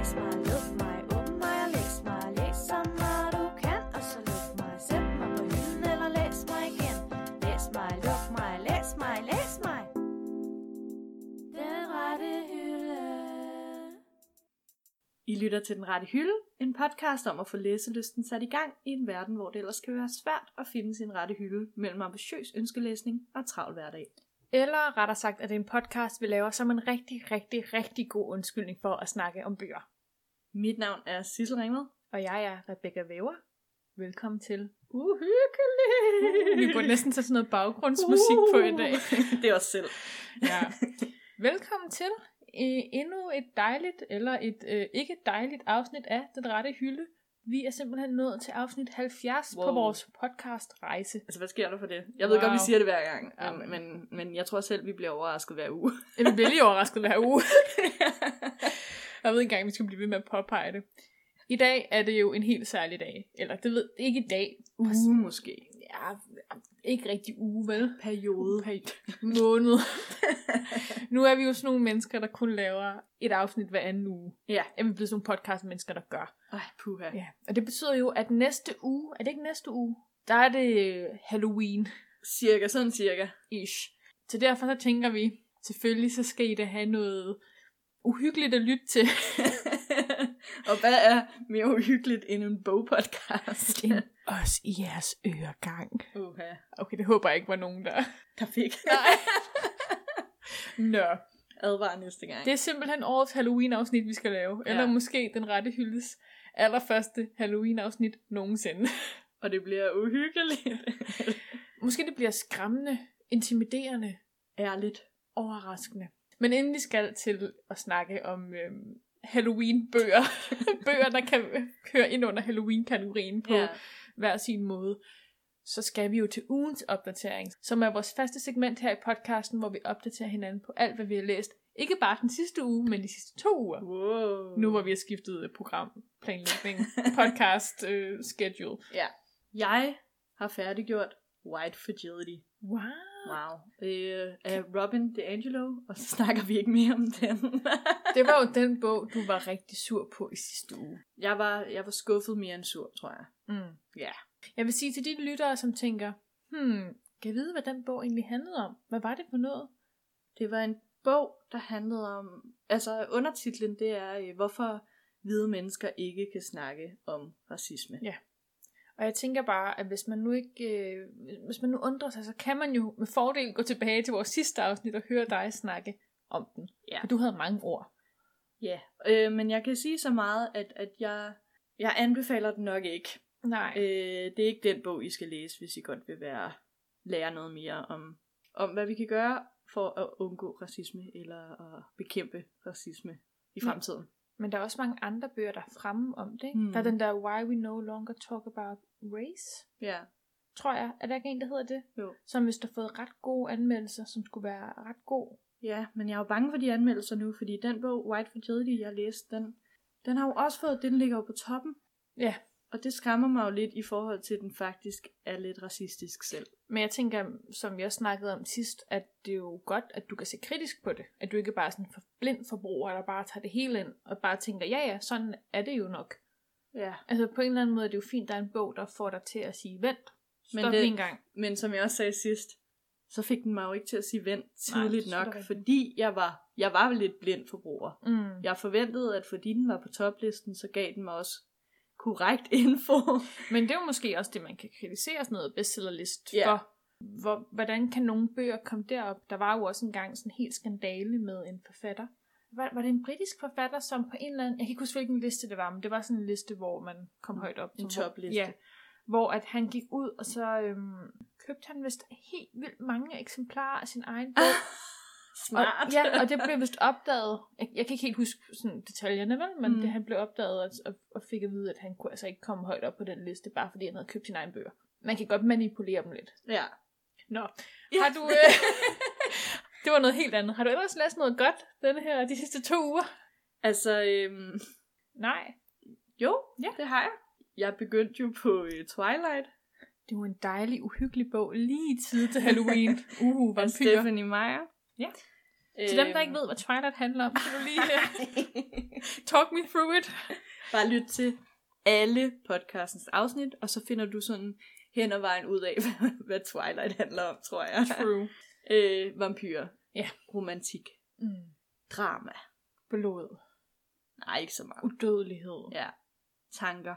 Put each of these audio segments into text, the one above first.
læs mig, luft mig, åbn mig og læs mig. Læs så meget du kan, og så luft mig. Sæt mig på hylden eller læs mig igen. Læs mig, luft mig, læs mig, læs mig. Den rette hylde. I lytter til Den Rette Hylde, en podcast om at få læselysten sat i gang i en verden, hvor det ellers kan være svært at finde sin rette hylde mellem ambitiøs ønskelæsning og travl hverdag. Eller rettere sagt, at det er en podcast, vi laver som en rigtig god undskyldning for at snakke om bøger. Mit navn er Sissel Ringvad. Og jeg er Rebecca Væver. Velkommen til Uhyggeligt! Vi burde næsten tage sådan noget baggrundsmusik på i dag. Det er os selv. Ja. Velkommen til endnu et dejligt, eller et ikke dejligt afsnit af Den Rette Hylde. Vi er simpelthen nået til afsnit 70 på vores podcastrejse. Altså, hvad sker der for det? Jeg ved godt, vi siger det hver gang, men jeg tror selv, vi bliver overrasket hver uge. Ja, vi bliver lige overrasket hver uge. Jeg ved ikke engang, vi skal blive ved med at påpege det. I dag er det jo en helt særlig dag. Eller det ved ikke i dag. Uge måske. Ja, ikke rigtig uge, vel? Periode. Måned. Nu er vi jo sådan nogle mennesker, der kun laver et afsnit hver anden uge. Ja. Vi er blevet sådan nogle podcast-mennesker, der gør. Puha. Ja. Og det betyder jo, at næste uge, er det ikke næste uge? Der er det Halloween. Sådan cirka. Ish. Så derfor så tænker vi, selvfølgelig så skal I da have noget uhyggeligt at lytte til. Og hvad er mere uhyggeligt end en bogpodcast? End os i jeres øregang. Okay, det håber jeg ikke var nogen, der fik. Nej. Nå. Advar næste gang. Det er simpelthen årets Halloween-afsnit, vi skal lave. Ja. Eller måske Den Rette Hyldes allerførste Halloween-afsnit nogensinde. Og det bliver uhyggeligt. Måske det bliver skræmmende, intimiderende, ærligt, overraskende. Men inden vi skal til at snakke om Halloween-bøger, bøger, der kan køre ind under Halloween-kategorien på hver sin måde, så skal vi jo til ugens opdatering, som er vores faste segment her i podcasten, hvor vi opdaterer hinanden på alt, hvad vi har læst. Ikke bare den sidste uge, men de sidste 2 uger. Wow. Nu hvor vi har skiftet programplanlægning, podcast schedule. Ja. Jeg har færdiggjort White Fragility. Wow. Af Robin DiAngelo, og så snakker vi ikke mere om den. Det var jo den bog, du var rigtig sur på i sidste uge. Jeg var skuffet mere end sur, tror jeg. Ja. Jeg vil sige til de lyttere, som tænker, kan jeg vide, hvad den bog egentlig handlede om? Hvad var det for noget? Det var en bog, der handlede om, altså undertitlen, det er, hvorfor hvide mennesker ikke kan snakke om racisme. Ja. Og jeg tænker bare, at hvis man nu undrer sig, så kan man jo med fordel gå tilbage til vores sidste afsnit og høre dig snakke om den. Ja. For du havde mange ord. Ja, men jeg kan sige så meget, at jeg anbefaler den nok ikke. Nej. Det er ikke den bog, I skal læse, hvis I godt vil lære noget mere om, hvad vi kan gøre for at undgå racisme, eller at bekæmpe racisme i fremtiden. Men der er også mange andre bøger, der er fremme om det. Der er den der Why We No Longer Talk About Race. Ja. Tror jeg. Er der ikke en, der hedder det? Jo. Som hvis der har fået ret gode anmeldelser, som skulle være ret god. Ja, men jeg er jo bange for de anmeldelser nu, fordi den bog, White Fragility, jeg læste, den har jo også fået, den ligger jo på toppen. Ja. Og det skræmmer mig jo lidt i forhold til, at den faktisk er lidt racistisk selv. Men jeg tænker, som vi også snakkede om sidst, at det er jo godt, at du kan se kritisk på det. At du ikke bare er sådan en blind forbruger, der bare tager det hele ind, og bare tænker, ja, sådan er det jo nok. Ja. Altså på en eller anden måde er det jo fint, der er en bog, der får dig til at sige, vent, stop lige en gang. Men som jeg også sagde sidst, så fik den mig jo ikke til at sige vent tidligt nok, fordi jeg var lidt blind forbruger. Jeg forventede, at fordi den var på toplisten, så gav den mig også korrekt info. Men det er jo måske også det, man kan kritisere sådan noget bestsellerlist for. Hvordan kan nogle bøger komme derop? Der var jo også engang sådan en helt skandale med en forfatter. Var det en britisk forfatter, som på en eller anden... Jeg kan ikke huske, hvilken liste det var, men det var sådan en liste, hvor man kom højt op. En topliste. Ja, hvor at han gik ud, og så købte han vist helt vildt mange eksemplarer af sin egen bog. Smart. Og det blev vist opdaget. Jeg kan ikke helt huske sådan detaljerne, vel? Men det, han blev opdaget og fik at vide, at han kunne altså ikke komme højt op på den liste, bare fordi han havde købt sin egen bøger. Man kan godt manipulere dem lidt. Ja. Nå. Har du... det var noget helt andet. Har du ellers læst noget godt de sidste 2 uger? Altså, Nej. Jo, det har jeg. Jeg begyndte jo på Twilight. Det var en dejlig, uhyggelig bog lige i tid til Halloween. Vampyrer. Stephenie Meyer. Ja. Til dem, der ikke ved, hvad Twilight handler om, kan du lige talk me through it. Bare lyt til alle podcastens afsnit, og så finder du sådan hen ad vejen ud af, hvad Twilight handler om, tror jeg. True. Vampyrer. Ja. Romantik. Drama. Blod. Nej, ikke så meget. Udødelighed. Ja. Tanker.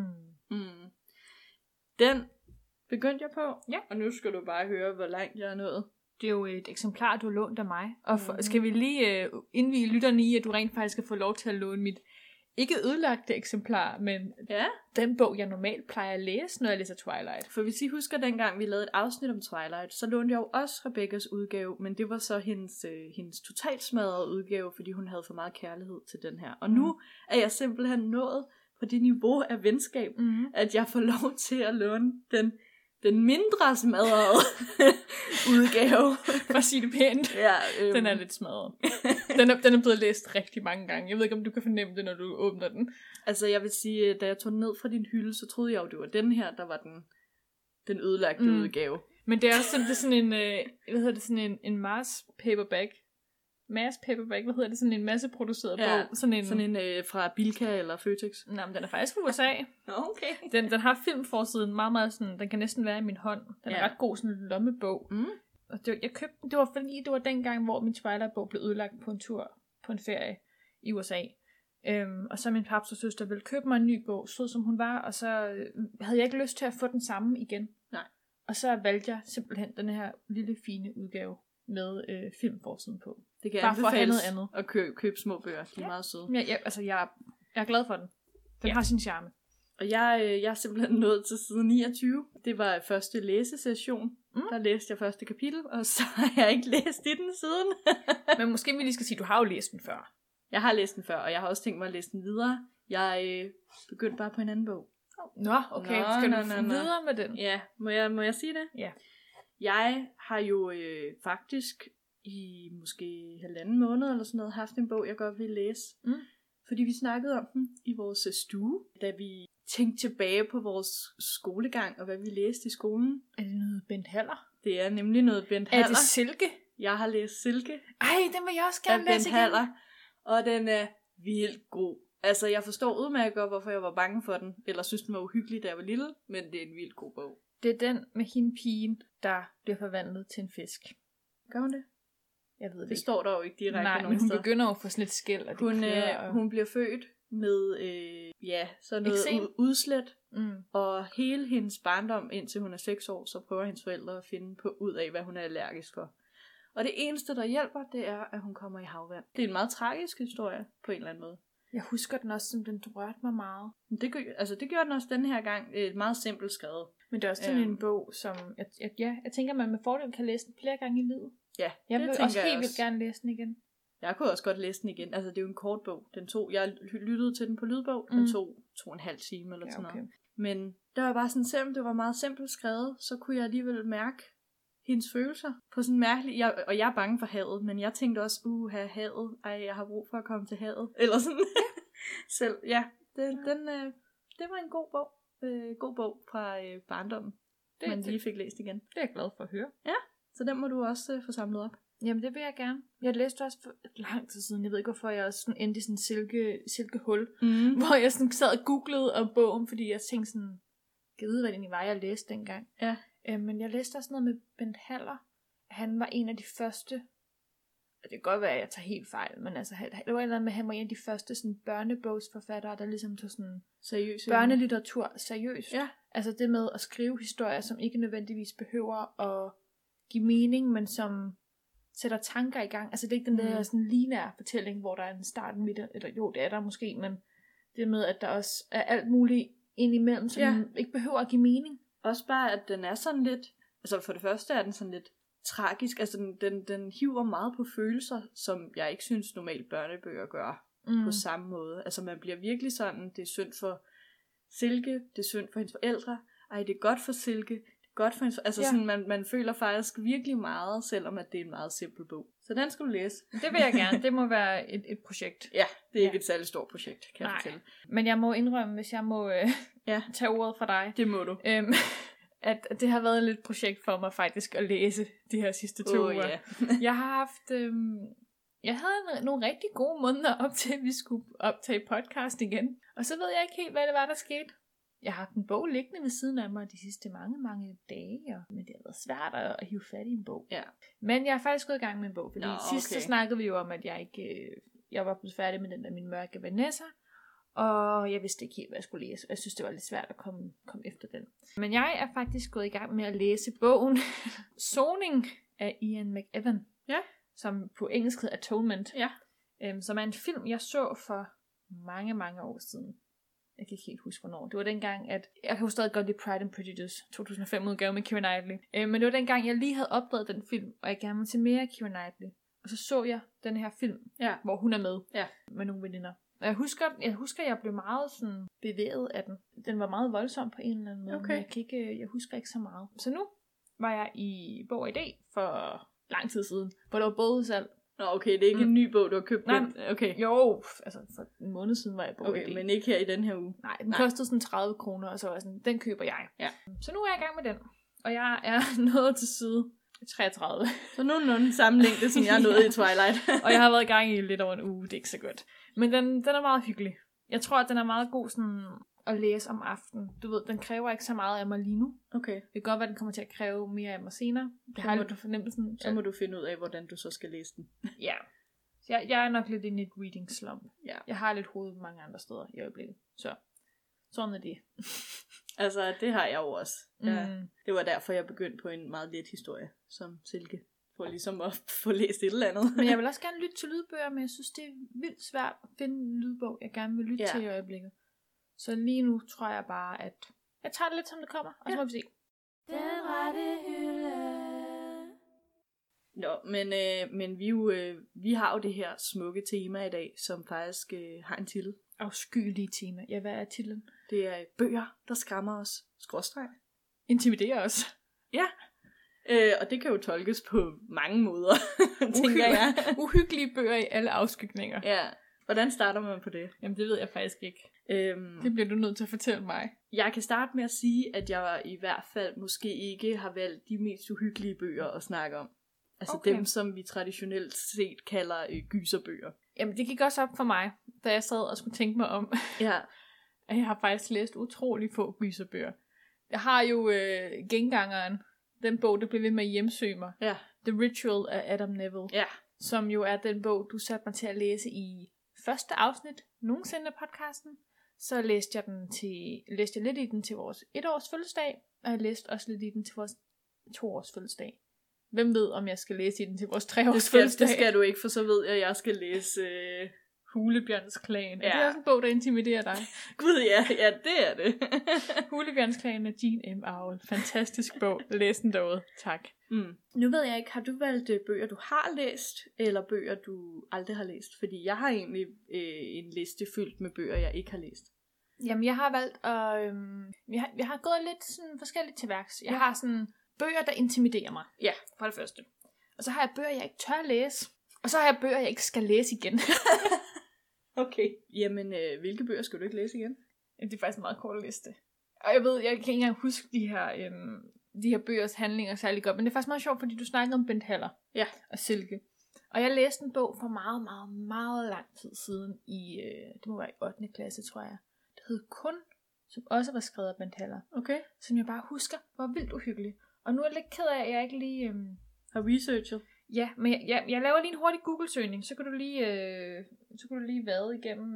Den begyndte jeg på, og nu skal du bare høre, hvor langt jeg er nået. Det er jo et eksemplar, du har lånt af mig. Og skal vi lige indvige lytterne i, at du rent faktisk skal få lov til at låne mit ikke ødelagte eksemplar, men den bog, jeg normalt plejer at læse, når jeg læser Twilight. For hvis I husker dengang, vi lavede et afsnit om Twilight, så lånte jeg jo også Rebekkas udgave, men det var så hendes totalt smadrede udgave, fordi hun havde for meget kærlighed til den her. Og nu er jeg simpelthen nået på det niveau af venskab, at jeg får lov til at låne den mindre smadrede udgave. For at sige det pænt. Ja, Den er lidt smadret. Den er blevet læst rigtig mange gange. Jeg ved ikke, om du kan fornemme det, når du åbner den. Altså, jeg vil sige, da jeg tog den ned fra din hylde, så troede jeg jo, det var den her, der var den ødelagte udgave. Men det er også sådan en Mars paperback. Hvad hedder det? Sådan en masseproduceret bog. Sådan en fra Bilka eller Føtex. Nej, men den er faktisk fra USA. Okay. Den har filmforsiden meget, meget sådan, den kan næsten være i min hånd. Den er ret god, sådan en lommebog. Og jeg købte den, det var fordi, det var dengang, hvor min Twilight-bog blev ødelagt på en tur, på en ferie i USA. Og så min papsøs søster ville købe mig en ny bog, sød som hun var, og så havde jeg ikke lyst til at få den samme igen. Nej. Og så valgte jeg simpelthen den her lille, fine udgave med filmforsiden på. Det kan bare for anbefales andet. At købe små bøger. De er meget søde. Jeg er glad for den. Den har sin charme. Og jeg er simpelthen nået til side 29. Det var første læsesession. Der læste jeg første kapitel, og så har jeg ikke læst i den siden. Men måske vi lige skal sige, at du har jo læst den før. Jeg har læst den før, og jeg har også tænkt mig at læse den videre. Jeg begyndte bare på en anden bog. Nå, okay. Skal du videre med den? Ja, må jeg sige det? Ja. Jeg har jo faktisk i måske 1,5 måned eller sådan noget haft en bog, jeg godt ville læse. Fordi vi snakkede om den i vores stue, da vi tænkte tilbage på vores skolegang og hvad vi læste i skolen. Er det noget Bent Haller? Det er nemlig noget Bent Haller. Er det Silke? Jeg har læst Silke. Ej, den vil jeg også gerne læse igen. Haller, og den er vildt god. Altså, jeg forstår udmærket godt, hvorfor jeg var bange for den, eller synes, den var uhyggelig, da jeg var lille, men det er en vildt god bog. Det er den med hende pigen, der bliver forvandlet til en fisk. Gør hun det? Jeg ved det ikke. Står der jo ikke direkte nogen men hun steder. Begynder jo at få sådan lidt skæld, og hun bliver født med sådan noget udslæt, og hele hendes barndom, indtil hun er 6 år, så prøver hendes forældre at finde ud af, hvad hun er allergisk for. Og det eneste, der hjælper, det er, at hun kommer i havvand. Det er en meget tragisk historie, på en eller anden måde. Jeg husker den også, som den rørte mig meget. Det gjorde den også den her gang meget simpelt skrevet. Men det er også sådan en bog, som jeg tænker, man med fordel kan læse den flere gange i livet. Ja, jeg vil også helt vildt gerne læse den igen. Jeg kunne også godt læse den igen. Altså, det er jo en kort bog. Jeg lyttede til den på lydbog. Den tog 2,5 timer eller sådan noget. Men der var bare sådan, selvom det var meget simpelt skrevet, så kunne jeg alligevel mærke hendes følelser på sådan mærkelig. Og jeg er bange for havet, men jeg tænkte også, havet. Ej, jeg har brug for at komme til havet. Eller sådan. Selv, ja. Det var en god bog. God bog fra barndommen. Man lige fik læst igen. Det er jeg glad for at høre. Ja, så den må du også få samlet op. Jamen, det vil jeg gerne. Jeg læste også for lang tid siden. Jeg ved ikke, hvorfor jeg også sådan endte i sådan en silkehul. Hvor jeg sådan sad og googlede om bogen, fordi jeg tænkte sådan, jeg ved, hvad det var, jeg læste dengang. Ja. Men jeg læste også noget med Bent Haller. Han var en af de første, og det kan godt være, at jeg tager helt fejl, men altså, det var med, han var en af de første sådan børnebogsforfattere, der ligesom tog sådan børnelitteratur seriøst. Ja. Altså det med at skrive historier, som ikke nødvendigvis behøver at give mening, men som sætter tanker i gang. Altså det er ikke den der sådan lineære fortælling, hvor der er en start, en midt, eller jo, det er der måske, men det med, at der også er alt muligt indimellem, som ikke behøver at give mening. Også bare, at den er sådan lidt, altså for det første er den sådan lidt tragisk, altså den hiver meget på følelser, som jeg ikke synes normalt børnebøger gør på samme måde. Altså man bliver virkelig sådan, det er synd for Silke, det er synd for hendes forældre, ej det er godt for Silke, det er godt for hendes altså sådan, man føler faktisk virkelig meget, selvom at det er en meget simpel bog. Så den skal du læse. Det vil jeg gerne, det må være et projekt. Ja, det er ikke et særligt stort projekt, kan jeg fortælle. Men jeg må indrømme, hvis jeg må tage ordet fra dig. Det må du. at det har været et lidt projekt for mig faktisk at læse de her sidste 2 uger. Yeah. Jeg har haft... Jeg havde nogle rigtig gode måneder op til, at vi skulle optage podcast igen. Og så ved jeg ikke helt, hvad det var, der skete. Jeg har haft en bog liggende ved siden af mig de sidste mange dage, men det har været svært at hive fat i en bog. Ja. Men jeg har faktisk gået i gang med en bog, fordi sidst så snakkede vi jo om, at jeg var blevet færdig med den der Min Mørke Vanessa, og jeg vidste ikke helt, hvad jeg skulle læse, og jeg synes, det var lidt svært at komme efter den. Men jeg er faktisk gået i gang med at læse bogen Soning af Ian McEwan, som på engelsk hedder Atonement, som er en film, jeg så for mange år siden. Jeg kan ikke helt huske, hvornår. Det var dengang, at... Jeg kan jo stadig godt lide Pride and Prejudice, 2005-udgave med Keira Knightley. Men det var dengang, jeg lige havde opdaget den film, og jeg gerne ville se mere Keira Knightley. Og så jeg den her film, hvor hun er med nogle veninder. Og jeg husker, jeg blev meget sådan bevæget af den. Den var meget voldsom på en eller anden måde, men jeg husker ikke så meget. Så nu var jeg i Bog og Idé for lang tid siden, hvor der var bogudsalg. Nå, okay, det er ikke en ny bog, du har købt. Nej, okay. Jo, altså for en måned siden var jeg på okay, men ikke her i den her uge. Nej, den kostede sådan 30 kroner, og så var jeg sådan, den køber jeg. Ja. Så nu er jeg i gang med den, og jeg er nået til side 33. Så nogenlunde samme længde, som jeg er nået i Twilight. Og jeg har været i gang i lidt over en uge, det er ikke så godt. Men den er meget hyggelig. Jeg tror, at den er meget god sådan at læse om aftenen. Du ved, den kræver ikke så meget af mig lige nu. Okay. Det kan godt være, den kommer til at kræve mere af mig senere. Det har jeg fornemmelsen. Så må du finde ud af, hvordan du så skal læse den. Ja. Jeg er nok lidt inde i et reading slump. Ja. Jeg har lidt hoved mange andre steder i øjeblikket. Så sådan er det. Altså, det har jeg jo også. Ja. Det var derfor, jeg begyndte på en meget let historie som Silke. For ligesom at få læst et eller andet. Men jeg vil også gerne lytte til lydbøger, men jeg synes, det er vildt svært at finde en lydbog, jeg gerne vil lytte til i øjeblikket. Så lige nu tror jeg bare, at jeg tager det lidt, som det kommer, og så må vi se. Den rette hylde. Nå, men vi har jo det her smukke tema i dag, som faktisk har en titel. Afskyelige tema. Ja, hvad er titlen? Det er bøger, der skræmmer os. Skråstreg. Intimiderer os. Ja. Og det kan jo tolkes på mange måder, tænker jeg. Uhyggelige bøger i alle afskygninger. Ja. Hvordan starter man på det? Jamen, det ved jeg faktisk ikke. Det bliver du nødt til at fortælle mig. Jeg kan starte med at sige, at jeg i hvert fald måske ikke har valgt de mest uhyggelige bøger at snakke om. Altså dem, som vi traditionelt set kalder gyserbøger. Jamen, det gik også op for mig, da jeg sad og skulle tænke mig om, at jeg har faktisk læst utrolig få gyserbøger. Jeg har jo Gengangeren, den bog, der blev ved med at hjemsøge mig. Ja. The Ritual af Adam Neville. Ja. Som jo er den bog, du satte mig til at læse i første afsnit nogensinde af podcasten. Så læste jeg lidt i den til vores 1-års fødselsdag, og jeg læste også lidt i den til vores 2-års fødselsdag. Hvem ved, om jeg skal læse i den til vores 3-års fødselsdag? Det skal du ikke, for så ved jeg, at jeg skal læse Hulebjørns Klan. Ja. Er det også en bog, der intimiderer dig? Gud, ja, det er det. Hulebjørns Klan af Jean M. Auel. Fantastisk bog. Læs den derude. Tak. Nu ved jeg ikke, har du valgt bøger, du har læst, eller bøger, du aldrig har læst? Fordi jeg har egentlig en liste fyldt med bøger, jeg ikke har læst. Jamen, jeg har valgt at... jeg har gået lidt sådan forskelligt til værks. Jeg har sådan bøger, der intimiderer mig. Ja, for det første. Og så har jeg bøger, jeg ikke tør læse. Og så har jeg bøger, jeg ikke skal læse igen. Okay. Jamen, hvilke bøger skal du ikke læse igen? Det er faktisk en meget kort liste. Og jeg kan ikke engang huske de her bøgers handlinger særlig godt. Men det er faktisk meget sjovt, fordi du snakkede om Bent Haller og Silke. Og jeg læste en bog for meget, meget, meget lang tid siden i, det må være i 8. klasse, tror jeg. Det hed Kun, som også var skrevet af Bent Haller. Okay. Som jeg bare husker, var vildt uhyggelig. Og nu er jeg lidt ked af, at jeg ikke lige har researchet. Ja, men jeg laver lige en hurtig Google-søgning, så kan du lige vade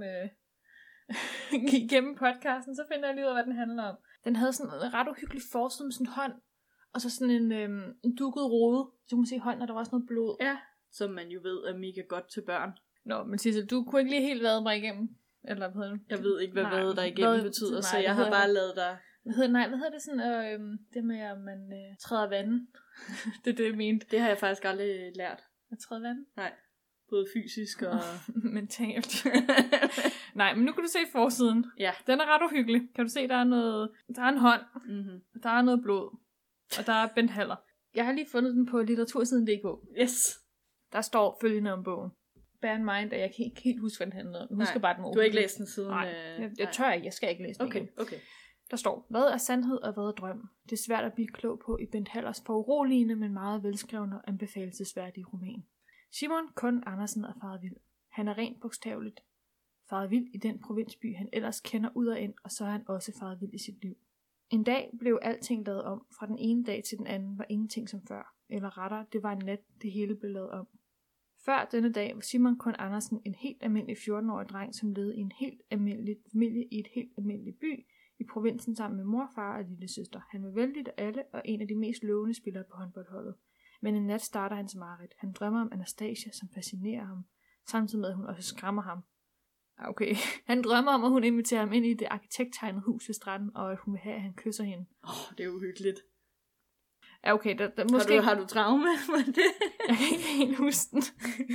igennem podcasten, så finder jeg lige ud af, hvad den handler om. Den havde sådan en ret uhyggelig forside med sådan en hånd, og så sådan en dukket rode, så kunne man se hånden, og der var også noget blod. Ja, som man jo ved er mega godt til børn. Nå, men Sissel, du kunne ikke lige helt vade mig igennem, eller hvad hedder det? Jeg ved ikke, hvad vade der igennem betyder, så jeg har bare lavet dig... Hvad hedder det sådan, det med, at man træder vandet? Det er det, jeg mente. Det har jeg faktisk aldrig lært. At træde vandet? Nej. Både fysisk og... mentalt. Nej, men nu kan du se forsiden. Ja. Den er ret uhyggelig. Kan du se, der er en hånd. Mm-hmm. Der er noget blod. Og der er Bent Haller. Jeg har lige fundet den på litteratursiden.dk. Yes. Der står følgende om bogen. Bear in mind, at jeg kan ikke helt huske, hvad den handler om. Jeg husker bare den. Du har ikke læst den siden? Nej, jeg tør ikke. Jeg skal ikke læse den. Okay. Der står, hvad er sandhed og hvad er drøm? Det er svært at blive klog på i Bent Hallers foruroligende, men meget velskrevne og anbefalelsesværdige roman. Simon Kun Andersen er faret vild. Han er rent bogstaveligt faret vild i den provinsby, han ellers kender ud og ind, og så er han også faret vild i sit liv. En dag blev alting lavet om. Fra den ene dag til den anden var ingenting som før. Eller rettere, det var en nat, det hele blev lavet om. Før denne dag var Simon Kun Andersen en helt almindelig 14-årig dreng, som levede i en helt almindelig familie i et helt almindelig by i provinsen sammen med mor, far og lille søster. Han var vældig af alle og en af de mest lovende spillere på håndboldholdet. Men en nat starter hans mareridt. Han drømmer om Anastasia, som fascinerer ham, samtidig med at hun også skræmmer ham. Okay. Han drømmer om, at hun inviterer ham ind i det arkitekttegnede hus ved stranden, og at hun vil have, at han kysser hende. Det er uhyggeligt. Ja, okay. Der måske... Har du traume med det? Jeg kan ikke helt huske den.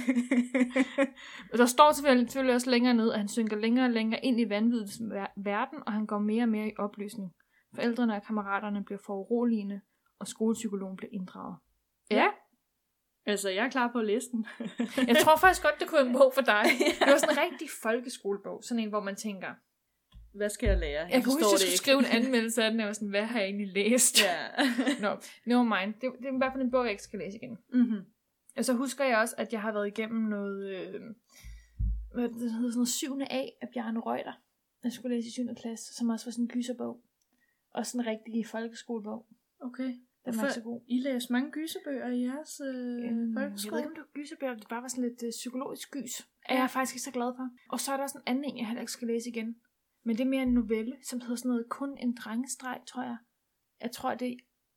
Der står selvfølgelig også længere ned, at han synker længere og længere ind i vanvidets verden, og han går mere og mere i opløsning. Forældrene og kammeraterne bliver foruroligende, og skolepsykologen bliver inddraget. Ja. Altså, jeg er klar på at læse den. Jeg tror faktisk godt, det kunne være en bog for dig. Det var sådan en rigtig folkeskolebog. Sådan en, hvor man tænker, hvad skal jeg lære? Jeg kan huske, at jeg skulle skrive en anmeldelse af den, og jeg var sådan, hvad har jeg egentlig læst? Ja. Never mind. Det er i hvert fald en bog, jeg ikke skal læse igen. Mm-hmm. Og så husker jeg også, at jeg har været igennem noget, hvad det hedder, sådan noget 7. A af Bjarne Reuter. Jeg skulle læse i 7. klasse, som også var sådan en gyserbog. Og sådan en rigtig folkeskolebog. Okay. Den var så god. I læste mange gyserbøger i jeres folkeskole? Jeg ved ikke, om det var gyserbøger, det bare var sådan lidt psykologisk gys. Ja. Jeg er faktisk ikke så glad for. Og så er der også en anden en, jeg heller ikke skal læse igen. Men det er mere en novelle, som hedder sådan noget Kun en drengestreg, tror jeg. Jeg tror, det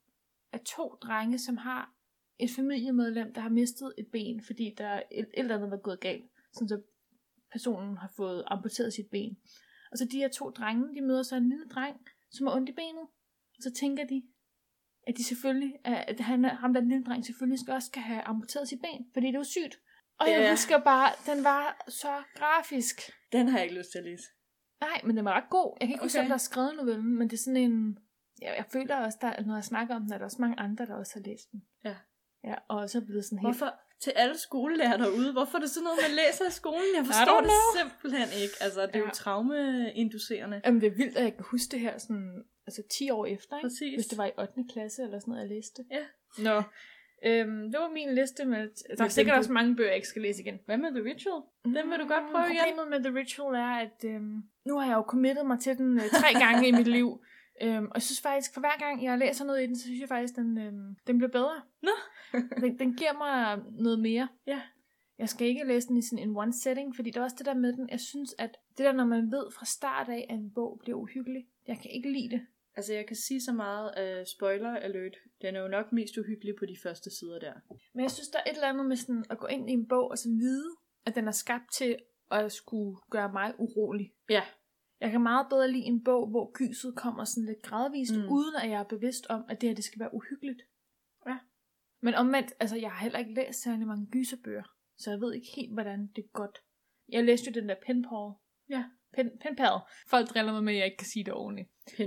er 2 drenge, som har et familiemedlem, der har mistet et ben, fordi der er et eller andet, der er gået galt. Sådan så personen har fået amputeret sit ben. Og så de her 2 drenge, de møder så en lille dreng, som har ondt i benet. Og så tænker de, at de selvfølgelig, at ham der lille dreng selvfølgelig også skal have amputeret sit ben, fordi det var sygt. Og jeg husker bare, den var så grafisk. Den har jeg ikke lyst til at læse. Nej, men den var ret god. Jeg kan ikke huske, om der er skrevet novellen, men det er sådan en... Jeg føler også, at når jeg snakker om den, er der også mange andre, der også har læst den. Ja. Ja, og så er blevet sådan helt... Hvorfor til alle skolelærere derude? Hvorfor er det sådan noget, man læser i skolen? Jeg forstår det simpelthen ikke. Altså, det er jo traumeinducerende. Jamen, det er vildt, at jeg kan huske det her sådan... Altså 10 år efter, ikke? Præcis. Hvis det var i 8. klasse eller sådan noget, jeg læste. Ja. Nå. Det var min liste med... Der er sikkert også mange bøger, jeg ikke skal læse igen. Hvad med The Ritual? Den vil du godt prøve igen? Problemet med The Ritual er, at nu har jeg jo committet mig til den 3 gange i mit liv. Og jeg synes faktisk, for hver gang jeg læser noget i den, så synes jeg faktisk, den bliver bedre. Nå. den giver mig noget mere. Ja. Jeg skal ikke læse den i sådan en one setting, fordi det er også det der med den. Jeg synes, at det der, når man ved fra start af, at en bog bliver uhyggelig, jeg kan ikke lide det. Altså, jeg kan sige så meget spoiler alert. Den er jo nok mest uhyggelig på de første sider der. Men jeg synes, der er et eller andet med sådan at gå ind i en bog og så vide, at den er skabt til at skulle gøre mig urolig. Ja. Jeg kan meget bedre lide en bog, hvor gyset kommer sådan lidt gradvist, uden at jeg er bevidst om, at det skal være uhyggeligt. Ja. Men omvendt, altså jeg har heller ikke læst særlig mange gyserbøger, så jeg ved ikke helt, hvordan det er godt. Jeg læste jo den der Penpal. Ja. Penpal. Folk driller mig med, at jeg ikke kan sige det ordentligt.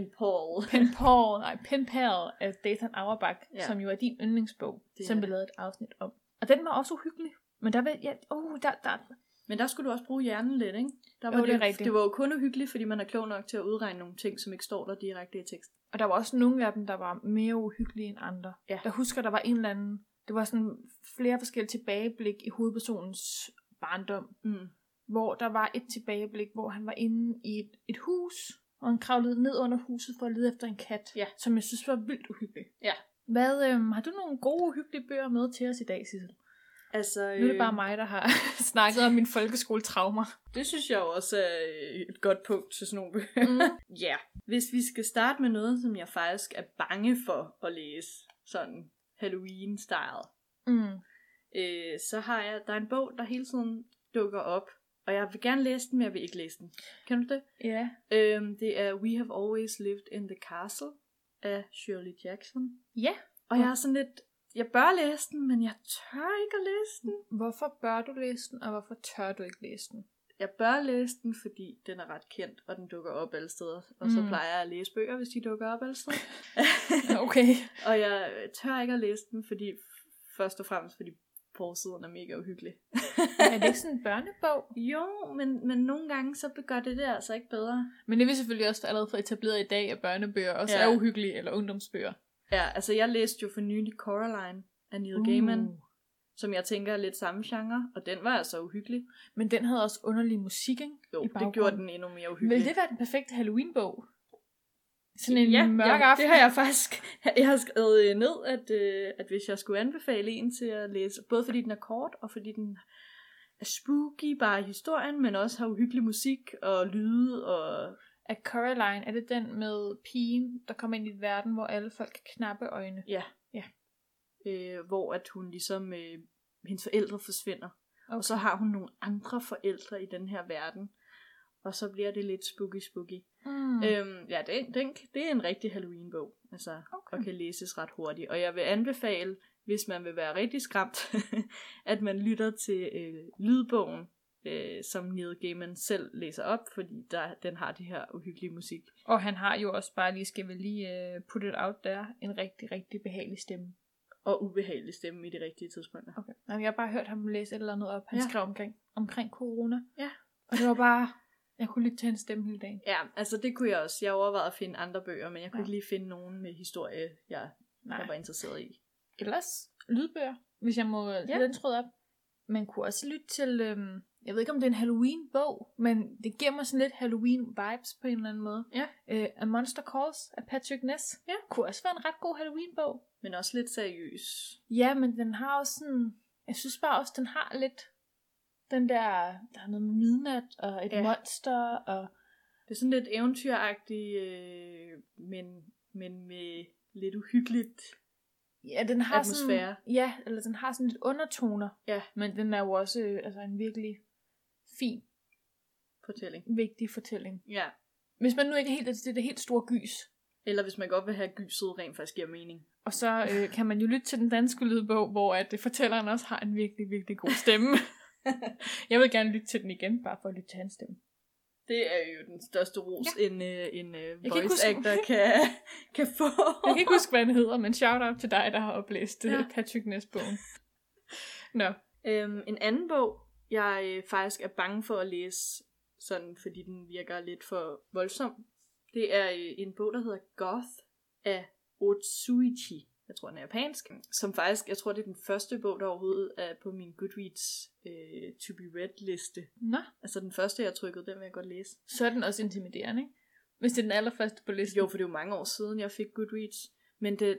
Penpal af Dathan Auerbach, som jo er din yndlingsbog, som vi lavede et afsnit om. Og den var også uhyggelig. Men der vil jeg... Men der skulle du også bruge hjernen lidt, ikke? Der var det var jo kun uhyggeligt, fordi man er klog nok til at udregne nogle ting, som ikke står der direkte i teksten. Og der var også nogle af dem, der var mere uhyggelige end andre. Ja. Der husker, der var en eller anden... Det var sådan flere forskellige tilbageblik i hovedpersonens barndom. Hvor der var et tilbageblik, hvor han var inde i et hus, og han kravlede ned under huset for at lede efter en kat, som jeg synes var vildt uhyggelig. Ja. Har du nogle gode, uhyggelige bøger med til os i dag, Sissel? Altså, nu er det bare mig, der har snakket om mine folkeskoletraumer. Det synes jeg også er et godt punkt til sådan nogle bøger. Ja. Hvis vi skal starte med noget, som jeg faktisk er bange for at læse, sådan Halloween-style, så har der er en bog, der hele tiden dukker op, og jeg vil gerne læse den, men jeg vil ikke læse den. Kan du det? Ja. Det er We Have Always Lived in the Castle af Shirley Jackson. Ja. Og jeg er sådan lidt, jeg bør læse den, men jeg tør ikke at læse den. Hvorfor bør du læse den, og hvorfor tør du ikke læse den? Jeg bør læse den, fordi den er ret kendt, og den dukker op alle steder. Og så plejer jeg at læse bøger, hvis de dukker op alle steder. Okay. Og jeg tør ikke at læse den, fordi først og fremmest, fordi forsiden er mega uhyggelig. Er det ikke sådan en børnebog? Jo, men nogle gange så gør det altså ikke bedre. Men det vil selvfølgelig også allerede få etableret i dag, at børnebøger også er uhyggelige, eller ungdomsbøger. Ja, altså jeg læste jo for nylig Coraline af Neil Gaiman, som jeg tænker er lidt samme genre, og den var altså uhyggelig. Men den havde også underlig musik, ikke? Jo, det gjorde den endnu mere uhyggelig. Vil det være den perfekte Halloween-bog? Sådan en mørk aften? Det har jeg faktisk. Jeg har skrevet ned, at hvis jeg skulle anbefale en til at læse, både fordi den er kort, og fordi den er spooky bare i historien, men også har uhyggelig musik og lyde. Og... Er Coraline, er det den med pigen, der kommer ind i et verden, hvor alle folk kan knappe øjne? Ja. Hvor at hun ligesom, hendes forældre forsvinder. Okay. Og så har hun nogle andre forældre i den her verden. Og så bliver det lidt spooky. Ja, det er en rigtig Halloween-bog. Altså, og kan læses ret hurtigt. Og jeg vil anbefale, hvis man vil være rigtig skræmt, at man lytter til lydbogen, som Neil Gaiman selv læser op, fordi den har det her uhyggelige musik. Og han har jo også bare lige, skal vi lige put it out there, en rigtig, rigtig behagelig stemme. Og ubehagelig stemme i de rigtige tidspunkter. Okay. Jamen, jeg har bare hørt ham læse et eller andet op. Han skrev omkring corona. Ja. Og det var bare... Jeg kunne lytte til hans stemme hele dagen. Ja, altså det kunne jeg også. Jeg overvejede at finde andre bøger, men jeg kunne ikke lige finde nogen med historie, jeg var interesseret i. Ellers lydbøger, hvis jeg må den tråd op. Man kunne også lytte til, jeg ved ikke om det er en Halloween-bog, men det giver mig sådan lidt Halloween-vibes på en eller anden måde. Ja. A Monster Calls af Patrick Ness. Ja. Kunne også være en ret god Halloween-bog. Men også lidt seriøs. Ja, men den har også sådan, jeg synes bare også, den har lidt... Den der er noget med midnat og et monster og... Det er sådan lidt eventyragtigt, men med lidt uhyggeligt den har atmosfære. Sådan, eller den har sådan lidt undertoner. Ja. Men den er jo også en virkelig fin vigtig fortælling. Ja. Hvis man nu ikke er helt det helt store gys. Eller hvis man godt vil have gyset rent faktisk giver mening. Og så kan man jo lytte til den danske lydbog, hvor at fortælleren også har en virkelig, virkelig god stemme. Jeg vil gerne lytte til den igen, bare for at lytte til hans stemme. Det er jo den største ros, en voice actor kan få. Jeg kan ikke huske, hvad den hedder, men shout out til dig, der har oplæst Patrick Ness-bogen. Nå. En anden bog, jeg faktisk er bange for at læse, sådan, fordi den virker lidt for voldsom, det er en bog, der hedder Goth af Otsuichi. Jeg tror, den er japansk. Som faktisk, jeg tror, det er den første bog, der overhovedet er på min Goodreads to be read liste. Nå. Altså den første, jeg trykkede, den vil jeg godt læse. Så er den også intimiderende, ikke? Hvis det er den allerførste på listen. Jo, for det er jo mange år siden, jeg fik Goodreads. Men der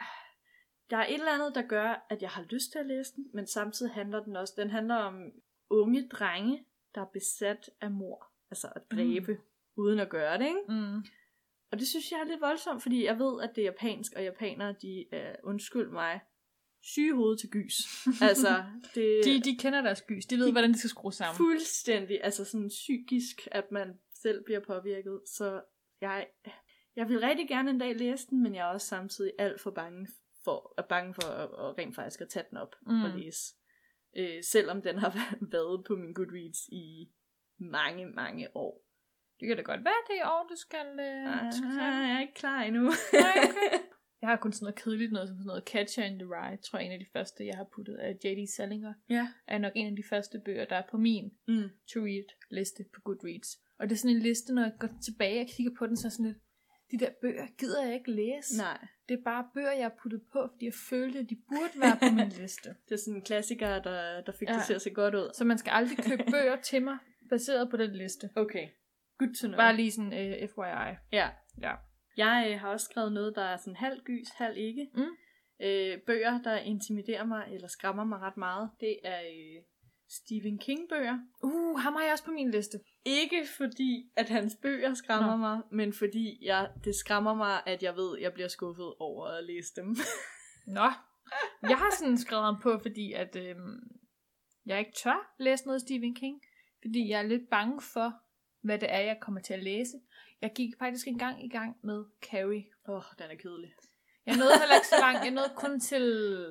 er et eller andet, der gør, at jeg har lyst til at læse den, men samtidig handler den handler om unge drenge, der er besat af mord. Altså at dræbe, uden at gøre det, ikke? Mm. Og det synes jeg er lidt voldsomt, fordi jeg ved, at det er japansk, og japanere, de er, undskyld mig, syge hoved til gys. Altså, de kender deres gys, de ved, hvordan de skal skrue sammen. Fuldstændig, altså sådan psykisk, at man selv bliver påvirket. Så jeg vil rigtig gerne en dag læse den, men jeg er også samtidig alt for bange for at rent faktisk at tage den op og læse. Selvom den har været på min Goodreads i mange, mange år. Det kan da godt være, det i år, du skal jeg er ikke klar endnu. Nej, okay. Jeg har kun sådan noget kedeligt, noget som sådan noget Catcher in the Rye, tror jeg, en af de første, jeg har puttet af J.D. Salinger. Ja. Er nok en af de første bøger, der er på min to-read-liste på Goodreads. Og det er sådan en liste, når jeg går tilbage og kigger på den, så sådan lidt, de der bøger gider jeg ikke læse. Nej. Det er bare bøger, jeg har puttet på, fordi jeg følte, at de burde være på min liste. Det er sådan en klassiker, der fik det til at se godt ud. Så man skal aldrig købe bøger til mig, baseret på den liste. Okay. Good to know. Bare lige sådan FYI. Ja. Jeg har også skrevet noget, der er sådan halv gys, halv ikke. Bøger, der intimiderer mig, eller skræmmer mig ret meget, det er Stephen King bøger. Ham har jeg også på min liste. Ikke fordi, at hans bøger skræmmer mig, men fordi det skræmmer mig, at jeg ved, at jeg bliver skuffet over at læse dem. Nå. Jeg har sådan skrevet ham på, fordi at jeg ikke tør læse noget Stephen King, fordi jeg er lidt bange for, hvad det er, jeg kommer til at læse. Jeg gik faktisk en gang i med Carrie. Den er kedelig. Jeg nåede heller ikke så langt. Jeg nåede kun til...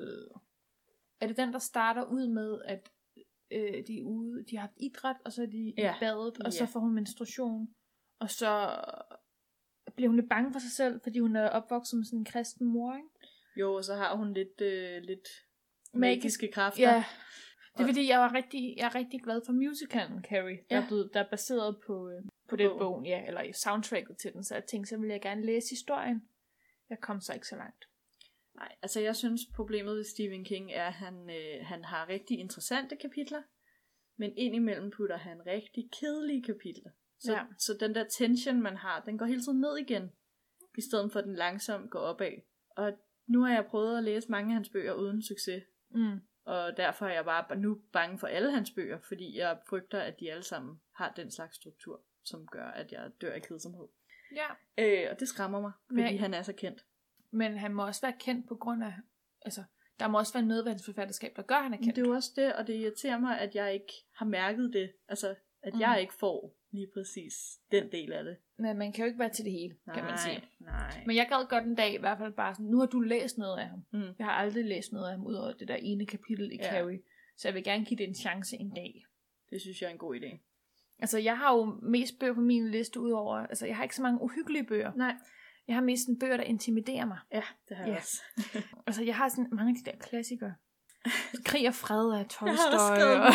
Er det den, der starter ud med, at de er ude, de har haft idræt, og så er de i badet, og så får hun menstruation, og så bliver hun lidt bange for sig selv, fordi hun er opvokset med sådan en kristen mor, ikke? Jo, og så har hun lidt magiske kræfter. Ja. Det er fordi, jeg er rigtig glad for musicalen Carrie, der er baseret på den bogen, eller i soundtracket til den, så jeg tænkte, så ville jeg gerne læse historien. Jeg kom så ikke så langt. Nej, altså jeg synes, problemet ved Stephen King er, at han har rigtig interessante kapitler, men indimellem putter han rigtig kedelige kapitler. Så den der tension, man har, den går hele tiden ned igen, i stedet for at den langsomt går opad. Og nu har jeg prøvet at læse mange af hans bøger uden succes. Og derfor er jeg bare nu bange for alle hans bøger, fordi jeg frygter, at de alle sammen har den slags struktur, som gør, at jeg dør af kedsomhed. Ja. Og det skræmmer mig, fordi han er så kendt. Men han må også være kendt på grund af, altså, der må også være noget ved hans forfatterskab, der gør, at han er kendt. Det er jo også det, og det irriterer mig, at jeg ikke har mærket det. Altså, at jeg ikke får lige præcis den del af det. Men man kan jo ikke være til det hele, kan man sige. Nej. Men jeg gad godt en dag, i hvert fald bare sådan, nu har du læst noget af ham. Jeg har aldrig læst noget af ham, udover det der ene kapitel i Carrie. Så jeg vil gerne give det en chance en dag. Det synes jeg er en god idé. Altså, jeg har jo mest bøger på min liste, udover, altså, jeg har ikke så mange uhyggelige bøger. Nej. Jeg har mest en bøger, der intimiderer mig. Ja, det har jeg også. Altså, jeg har sådan mange af de der klassikere. Krig og fred af Tolstoy. Jeg har skrevet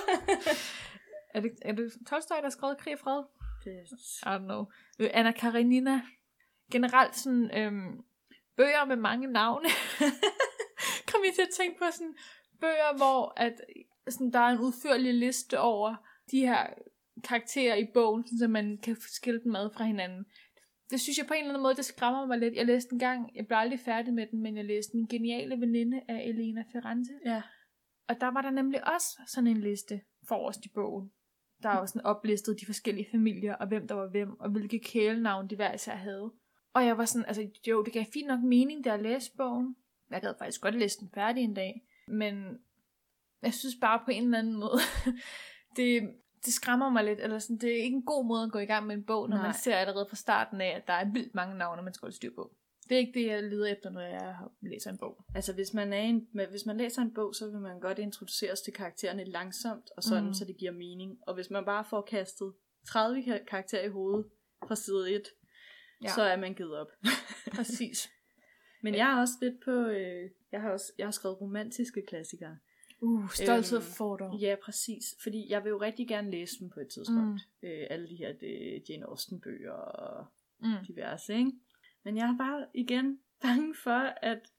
på. Er det Tolstoy, der har skrevet Krig og fred? I don't know. Anna Karenina. Generelt sådan bøger med mange navne. Kom jeg til at tænke på sådan bøger, hvor at, sådan, der er en udførlig liste over de her karakterer i bogen, så man kan skille dem ad fra hinanden. Det synes jeg på en eller anden måde, det skræmmer mig lidt. Jeg læste en gang, jeg blev aldrig færdig med den, men jeg læste Min geniale veninde af Elena Ferrante. Ja. Og der var der nemlig også sådan en liste forrest i bogen. Der var sådan oplistet de forskellige familier, og hvem der var hvem, og hvilke kælenavn de hver især havde. Og jeg var sådan, altså jo, det gav fint nok mening, da jeg læste bogen. Jeg gad faktisk godt læse den færdig en dag. Men jeg synes bare på en eller anden måde, det skræmmer mig lidt, eller sådan, det er ikke en god måde at gå i gang med en bog, når man ser allerede fra starten af, at der er vildt mange navne, man skal holde styr på. Det er ikke det, jeg leder efter, når jeg læser en bog. Altså, hvis man læser en bog, så vil man godt introduceres til karaktererne langsomt, og sådan, så det giver mening. Og hvis man bare får kastet 30 karakterer i hovedet fra side 1, så er man givet op. Præcis. Men jeg er også lidt på, jeg har skrevet romantiske klassikere. Stolthed og fordom. Ja, præcis. Fordi jeg vil jo rigtig gerne læse dem på et tidspunkt. Alle de her Jane Austen bøger og diverse, ikke? Men jeg er bare igen bange for,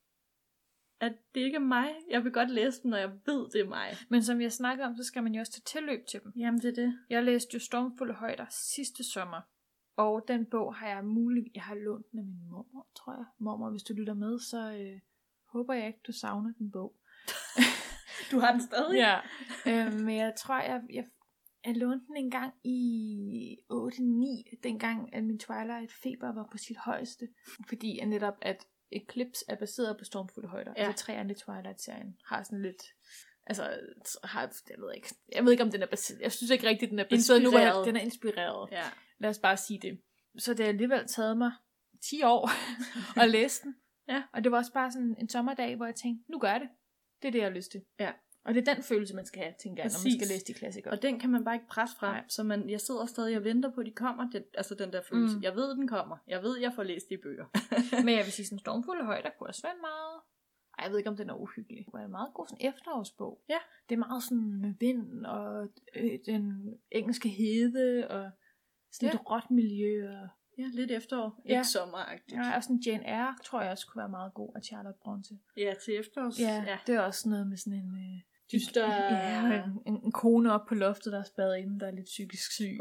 at det ikke er mig. Jeg vil godt læse dem, når jeg ved, det er mig. Men som jeg snakker om, så skal man jo også tage tilløb til dem. Jamen, det er det. Jeg læste jo Stormfulde højder sidste sommer. Og den bog har jeg har lånt den af min mormor, tror jeg. Mormor, hvis du lytter med, så håber jeg ikke, du savner den bog. Du har den stadig? Ja. Men jeg tror, jeg lånte den en gang i 8-9, dengang at min Twilight-feber var på sit højeste. Fordi at Eclipse er baseret på Stormfulde højder. Ja. Altså 3 andre Twilight-serien har sådan lidt... Altså, jeg ved ikke, om den er baseret. Jeg synes ikke rigtigt, den er baseret. Nu den er inspireret. Ja. Lad os bare sige det. Så det har alligevel taget mig 10 år at læse den. Ja. Og det var også bare sådan en sommerdag, hvor jeg tænkte, nu gør jeg det. Det er det, jeg har lyst til. Ja. Og det er den følelse, man skal have, tænker jeg, når man skal læse de klassikere. Og den kan man bare ikke presse frem. Nej. Så jeg sidder stadig og venter på, at de kommer. Den der følelse. Jeg ved, den kommer. Jeg ved, jeg får læst de bøger. Men jeg vil sige, sådan Stormfulde højder kunne også være meget... jeg ved ikke, om den er uhyggelig. Det er en meget god sådan efterårsbog. Ja. Det er meget sådan med vind, og den engelske hede, og sådan et råt miljø, og... Ja, lidt efterår. Ja. Ikke sommeragtigt. Ja, og sådan Jane Eyre, tror jeg også kunne være meget god af Charlotte Bronte. Ja, til efterårs. Ja, det er også noget med sådan en... dyster... Ja, en kone op på loftet, der er spadet inde, der er lidt psykisk syg.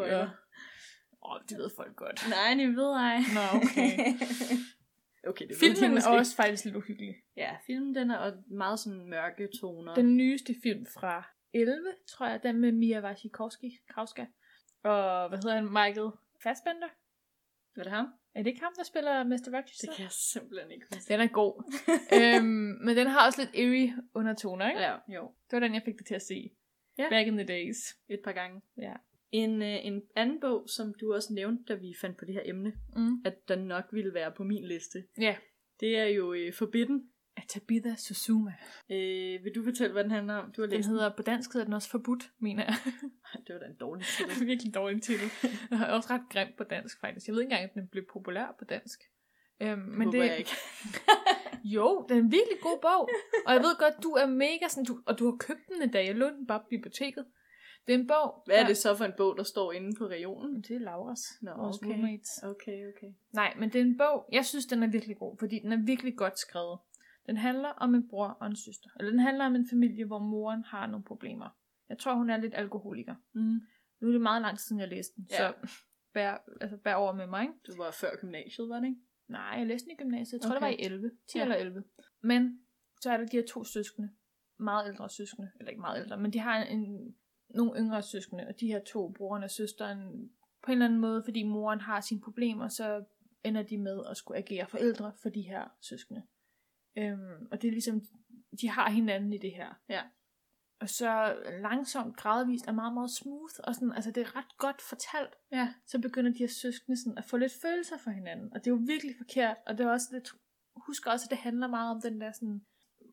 Det ved folk godt. Nej, det ved jeg. Nå, okay. Okay, det filmen er også faktisk lidt uhyggelig. Ja, filmen den er meget sådan mørke toner. Den nyeste film fra 11, tror jeg, den med Mia Wasikowska. Og hvad hedder han? Michael Fassbender? Er det ham? Er det ikke ham, der spiller Mr. Rochester? Det kan jeg simpelthen ikke huske. Den er god. Men den har også lidt eerie undertoner, ikke? Ja, jo. Det var den, jeg fik det til at se. Yeah. Back in the days. Et par gange. Ja. En anden bog, som du også nævnte, da vi fandt på det her emne, at den nok ville være på min liste. Ja. Det er jo Forbidden. Af Tabitha Suzume. Vil du fortælle, hvad den handler om? Du har læst den hedder, på dansk hedder den også Forbudt, mener jeg. Det var da en dårlig titel. Det er virkelig dårlig titel. Den er også ret grimt på dansk, faktisk. Jeg ved ikke engang, at den blev populær på dansk. Men det jeg ikke. Jo, det er en virkelig god bog. Og jeg ved godt, du er mega sådan, og du har købt den en dag. Jeg lånte den bare på biblioteket. Det er en bog. Hvad er det så for en bog, der står inde på regionen? Det er Lauras. Vores roommates. Okay. Nej, men det er en bog, jeg synes, den er virkelig god, fordi den er virkelig godt skrevet. Den handler om en bror og en søster. Eller den handler om en familie, hvor moren har nogle problemer. Jeg tror, hun er lidt alkoholiker. Nu er det meget lang tid siden, jeg læste den, så bær over med mig. Ikke? Du var før gymnasiet, var det ikke? Nej, jeg læste den i gymnasiet. Jeg tror, det var i 11. 10 eller 11. Men så er der de her 2 søskende. Meget ældre søskende. Eller ikke meget ældre, men de har nogle yngre søskende. Og de her 2, broren og søsteren, på en eller anden måde, fordi moren har sine problemer, så ender de med at skulle agere forældre for de her søskende. Og det er ligesom, de har hinanden i det her. Ja. Og så langsomt, gradvist og meget, meget smooth. Og sådan, altså det er ret godt fortalt. Ja. Så begynder de her søskende sådan at få lidt følelser for hinanden. Og det er jo virkelig forkert. Og det er også lidt, husk også, at det handler meget om den der sådan,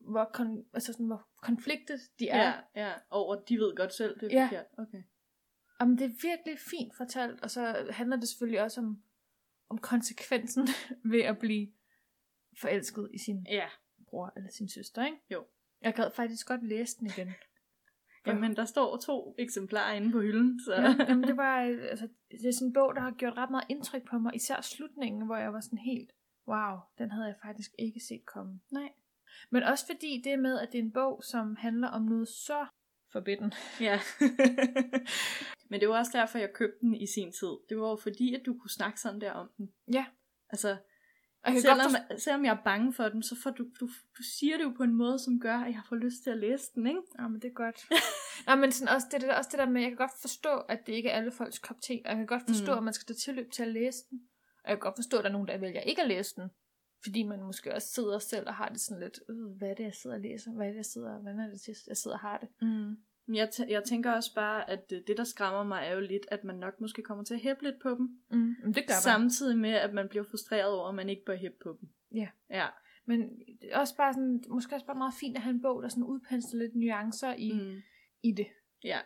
hvor konfliktet de er. Ja, over de ved godt selv, det er forkert. Okay. Jamen det er virkelig fint fortalt. Og så handler det selvfølgelig også om konsekvensen ved at blive forelsket i sin bror eller sin søster, ikke? Jo. Jeg gad faktisk godt læse den igen. Jamen, der står 2 eksemplarer inde på hylden, så... Jamen, det er sådan en bog, der har gjort ret meget indtryk på mig, især slutningen, hvor jeg var sådan helt, wow, den havde jeg faktisk ikke set komme. Nej. Men også fordi det med, at det er en bog, som handler om noget så forbidden. Ja. Men det var også derfor, jeg købte den i sin tid. Det var jo fordi, at du kunne snakke sådan der om den. Ja. Altså... Selvom jeg er bange for den, så får du siger det jo på en måde, som gør, at jeg får lyst til at læse den, ikke? Ja, men det er godt. Nå, men sådan også det der med, jeg kan godt forstå, at det ikke er alle folks kop te, og jeg kan godt forstå, at man skal tage tilløb til at læse den. Og jeg kan godt forstå, at der er nogen, der vælger ikke at læse den, fordi man måske også sidder selv og har det sådan lidt, hvad er det, jeg sidder og læser? Hvordan er det, jeg sidder og har det? Jeg tænker også bare, at det, der skræmmer mig, er jo lidt, at man nok måske kommer til at hæppe lidt på dem. Det gør man. Samtidig med, at man bliver frustreret over, at man ikke bør hæppe på dem. Ja. Men det er også bare sådan, måske også bare meget fint at have en bog, der sådan udpensler lidt nuancer i det. Ja.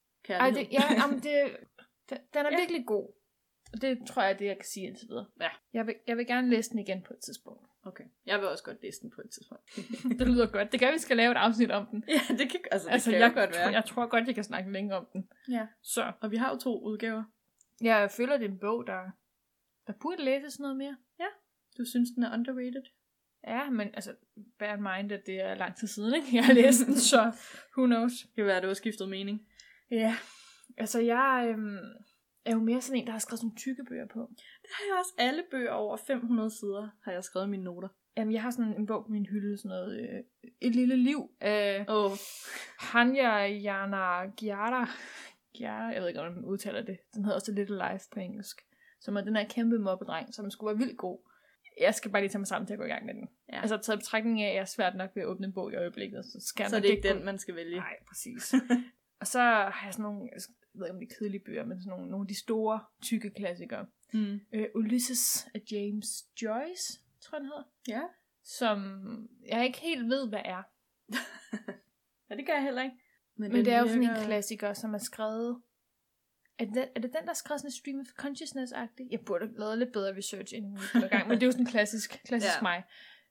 Den er virkelig god. Og det tror jeg, det jeg kan sige indtil videre. Ja. Jeg vil gerne læse den igen på et tidspunkt. Okay. Jeg vil også godt læse den på et tidspunkt. Det lyder godt. Det kan vi skal lave et afsnit om den. Ja, det kan jeg godt være. Jeg tror godt, jeg kan snakke længe om den. Ja. Så. Og vi har jo 2 udgaver. Ja, jeg føler, det er en bog, der burde læses noget mere. Ja. Du synes, den er underrated? Ja, men altså, bear in mind, at det er lang tid siden, ikke? Jeg har læst den, så who knows. Det kan være, at du har skiftet mening. Ja. Altså, jeg er jo mere sådan en, der har skrevet sådan nogle tykke bøger på. Det har jeg også. Alle bøger over 500 sider har jeg skrevet mine noter. Jamen, jeg har sådan en bog på min hylde, sådan noget, Et lille liv af Hanya Yanagihara. Jeg ved ikke, om man udtaler det. Den hedder også The Little Life på engelsk. Som er den her kæmpe mobbedreng, som skulle være vildt god. Jeg skal bare lige tage mig sammen til at gå i gang med den. Ja. Altså, taget betragtning af, at jeg er svært nok ved at åbne en bog i øjeblikket. Så det er ikke den, man skal vælge. Nej, præcis. Og så har jeg sådan nogle, jeg ved ikke, om det er kedelige bøger, men sådan nogle af de store, tykke klassikere. Ulysses af James Joyce, tror jeg, den hedder. Ja. Som jeg ikke helt ved, hvad er. Ja, det gør jeg heller ikke. Men det er jo sådan en klassiker, som er skrevet... Er det den, der er skrevet sådan en stream of consciousness-agtig? Jeg burde have lavet lidt bedre research, inden vi går i gang, men det er jo sådan klassisk mig.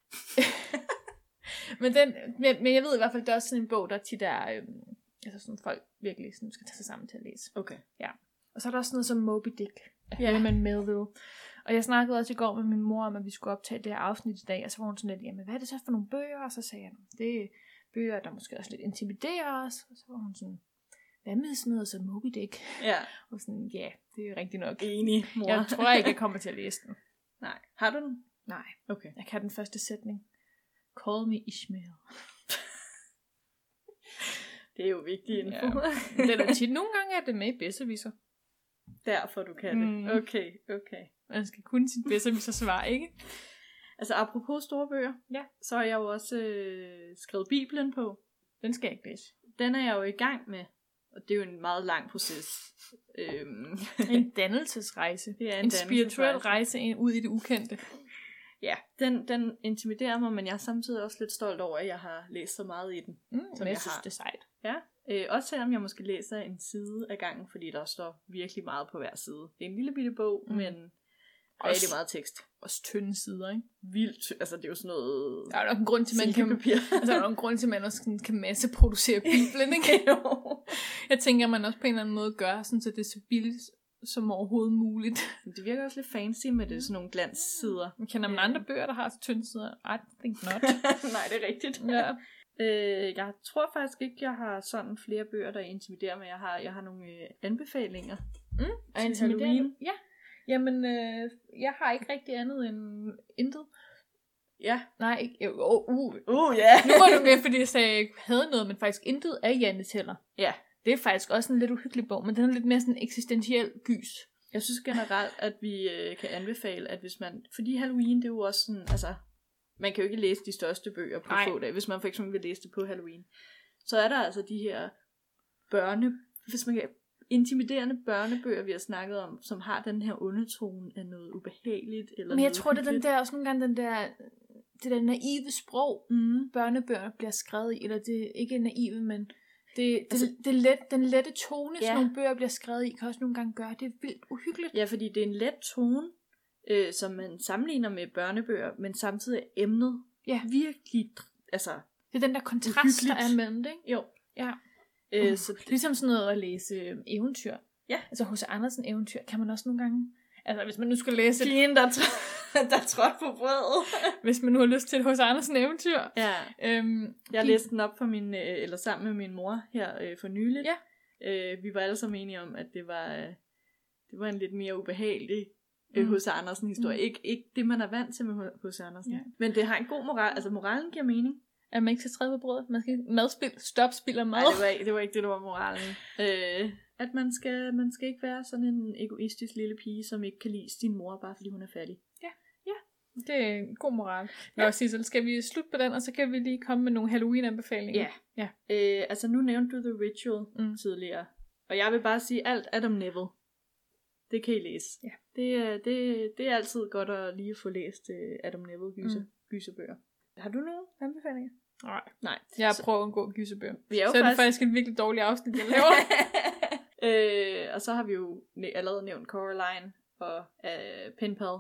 men jeg ved i hvert fald, det er også sådan en bog, der tit er... altså sådan folk virkelig sådan, skal tage sig sammen til at læse. Okay. Ja. Og så er der også noget som Moby Dick af Herman Melville. Og jeg snakkede også i går med min mor om, at vi skulle optage det her afsnit i dag, og så var hun sådan lidt, jamen hvad er det så for nogle bøger? Og så sagde jeg, det er bøger, der måske også lidt intimiderer os. Og så var hun sådan, hvad med sådan noget som Moby Dick? Ja. Og sådan, ja, det er rigtigt nok. Enig, mor. Jeg tror ikke, jeg kommer til at læse den. Nej. Har du den? Nej. Okay. Jeg kan den første sætning. Call me Ishmael. Det er jo vigtig info. Ja. Det er tit. Nogle gange er det med i Besserwisser. Derfor du kan det. Okay. Man skal kunne sin Besserwisser svar, ikke? Altså apropos store bøger, så har jeg jo også skrevet Bibelen på. Den skal jeg ikke læse. Den er jeg jo i gang med. Og det er jo en meget lang proces. En dannelsesrejse. Det er en spirituel rejse ud i det ukendte. Ja, den intimiderer mig, men jeg er samtidig også lidt stolt over, at jeg har læst så meget i den. Som jeg synes, det er sejt. Ja, også selvom jeg måske læser en side ad gangen, fordi der står virkelig meget på hver side. Det er en lille bitte bog, men rigtig meget tekst. Også tynde sider, ikke? Vildt. Altså, det er jo sådan noget... Der er nok en grund til, man kan... Altså, der er nok en grund til, at man også kan masseproducere Bibelen, ikke? Jeg tænker, at man også på en eller anden måde gør, sådan, så det er så billigt som overhovedet muligt. Det virker også lidt fancy med det, sådan nogle glanssider. Man kender man andre bøger, der har så tynde sider? I think not. Nej, det er rigtigt. Ja. Jeg tror faktisk ikke, jeg har sådan flere bøger, der intimiderer mig. Jeg har nogle anbefalinger. Til Halloween. Ja. Jamen, jeg har ikke rigtig andet end intet. Ja. Nej, ikke. Ja. Nu var du med, fordi jeg sagde, at jeg ikke havde noget, men faktisk intet af Janne Teller. Ja. Det er faktisk også en lidt uhyggelig bog, men den er lidt mere sådan en eksistentiel gys. Jeg synes generelt, at vi kan anbefale, at hvis man... Fordi Halloween, det er jo også sådan... Altså, man kan jo ikke læse de største bøger på få dage, hvis man for eksempel vil læse det på Halloween. Så er der altså de her intimiderende børnebøger, vi har snakket om, som har den her undertone af noget ubehageligt. Eller men jeg tror, det er den der, også nogle gange det der naive sprog, børnebøger bliver skrevet i, eller det er ikke naive, men den lette tone, som nogle bøger bliver skrevet i, kan også nogle gange gøre det vildt uhyggeligt. Ja, fordi det er en let tone, som man sammenligner med børnebøger, men samtidig er emnet virkelig, altså... Det er den der kontrast, der er mellem det, ikke? Jo. Ja. Så det er ligesom sådan noget at læse eventyr. Ja. Altså H.C. Andersen eventyr kan man også nogle gange... Altså hvis man nu skal læse... Pigen, der trådte på brødet. Hvis man nu har lyst til et H.C. Andersen eventyr. Ja. Jeg læste den op for eller sammen med min mor her for nyligt. Ja. Vi var alle sammen enige om, at det var en lidt mere ubehagelig H.C. Andersen historie. Ikke det, man er vant til med H.C. Andersen. Ja. Men det har en god moral. Altså moralen giver mening. At man ikke skal træde på brødet. Man skal stop spild af mad. Nej, det var ikke det, der var moralen. At man skal ikke være sådan en egoistisk lille pige, som ikke kan lide sin mor, bare fordi hun er fattig. Ja. Det er en god moral. Jeg vil sige, så skal vi slutte på den, og så kan vi lige komme med nogle Halloween-anbefalinger. Ja. Altså nu nævnte du The Ritual tidligere. Og jeg vil bare sige alt Adam Neville. Det kan I læse. Ja. Det er altid godt at lige få læst Adam Neville gyserbøger. Har du nogle anbefalinger? Nej. Jeg har prøvet at gå gyserbøger. Så er det faktisk en virkelig dårlig afsnit, jeg laver. Og så har vi jo allerede nævnt Coraline og Penpal.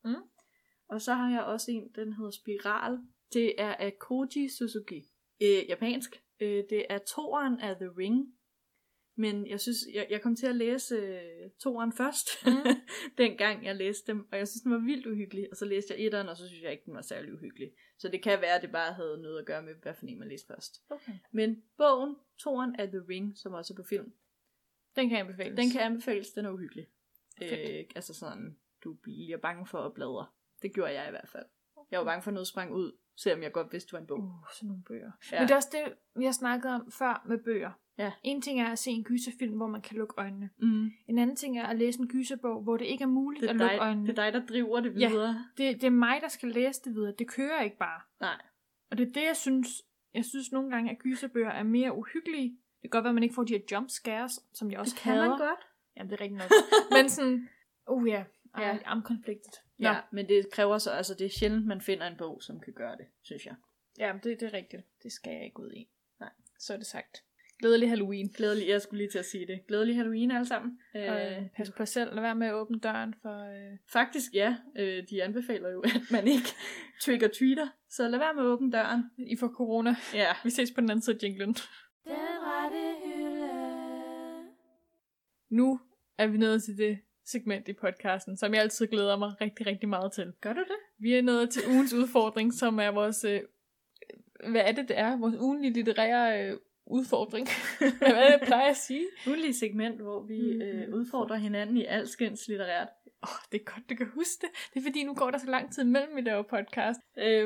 Og så har jeg også en, den hedder Spiral. Det er af Koji Suzuki. Japansk. Det er toeren af The Ring. Men jeg synes, jeg kom til at læse toeren først, dengang jeg læste dem, og jeg synes, den var vildt uhyggelig, og så læste jeg etteren, og så synes jeg ikke, den var særlig uhyggelig. Så det kan være, at det bare havde noget at gøre med, hvad for en man læste først. Okay. Men bogen, toeren af The Ring, som også er på film, den kan anbefales. Den er uhyggelig. Altså sådan, du bliver bange for at bladre. Det gjorde jeg i hvert fald. Jeg var bange for, at noget sprang ud, selvom jeg godt vidste, det var en bog. Sådan nogle bøger. Ja. Men det er også det, vi har snakket om før med bøger. Ja. En ting er at se en gyserfilm, hvor man kan lukke øjnene. En anden ting er at læse en gyserbog, hvor det ikke er muligt at lukke øjnene. Det er dig, der driver det videre. Ja, det er mig, der skal læse det videre. Det kører ikke bare. Nej. Og det er det, jeg synes. Jeg synes nogle gange, at gyserbøger er mere uhyggelige. Det kan godt være, at man ikke får de her jump scares, som jeg også hader. Det kan man godt. Jamen, det er rigtigt nok. Men sådan, I'm conflicted. Ja, men det kræver så, altså det er sjældent, man finder en bog, som kan gøre det, synes jeg. Ja, det er rigtigt. Det skal jeg ikke ud i. Nej. Så er det sagt. Glædelig Halloween. Jeg skulle lige til at sige det. Glædelig Halloween alle sammen. Pas på selv. Lad være med at åbne døren for... Faktisk ja. De anbefaler jo, at man ikke trick-or-treater. Så lad være med at åbne døren. I får corona. Ja. Vi ses på den anden side af jinglen. Den rette hylde. Nu er vi nået til det segment i podcasten, som jeg altid glæder mig rigtig, rigtig meget til. Gør du det? Vi er nået til ugens udfordring, som er vores... hvad er det er? Vores ugenlige litterære... udfordring. Hvad er det, jeg plejer at sige? Ugenlige segment, hvor vi udfordrer hinanden i alskens litterært. Det er godt, du kan huske det. Det er fordi, nu går der så lang tid mellem, vi laver podcast.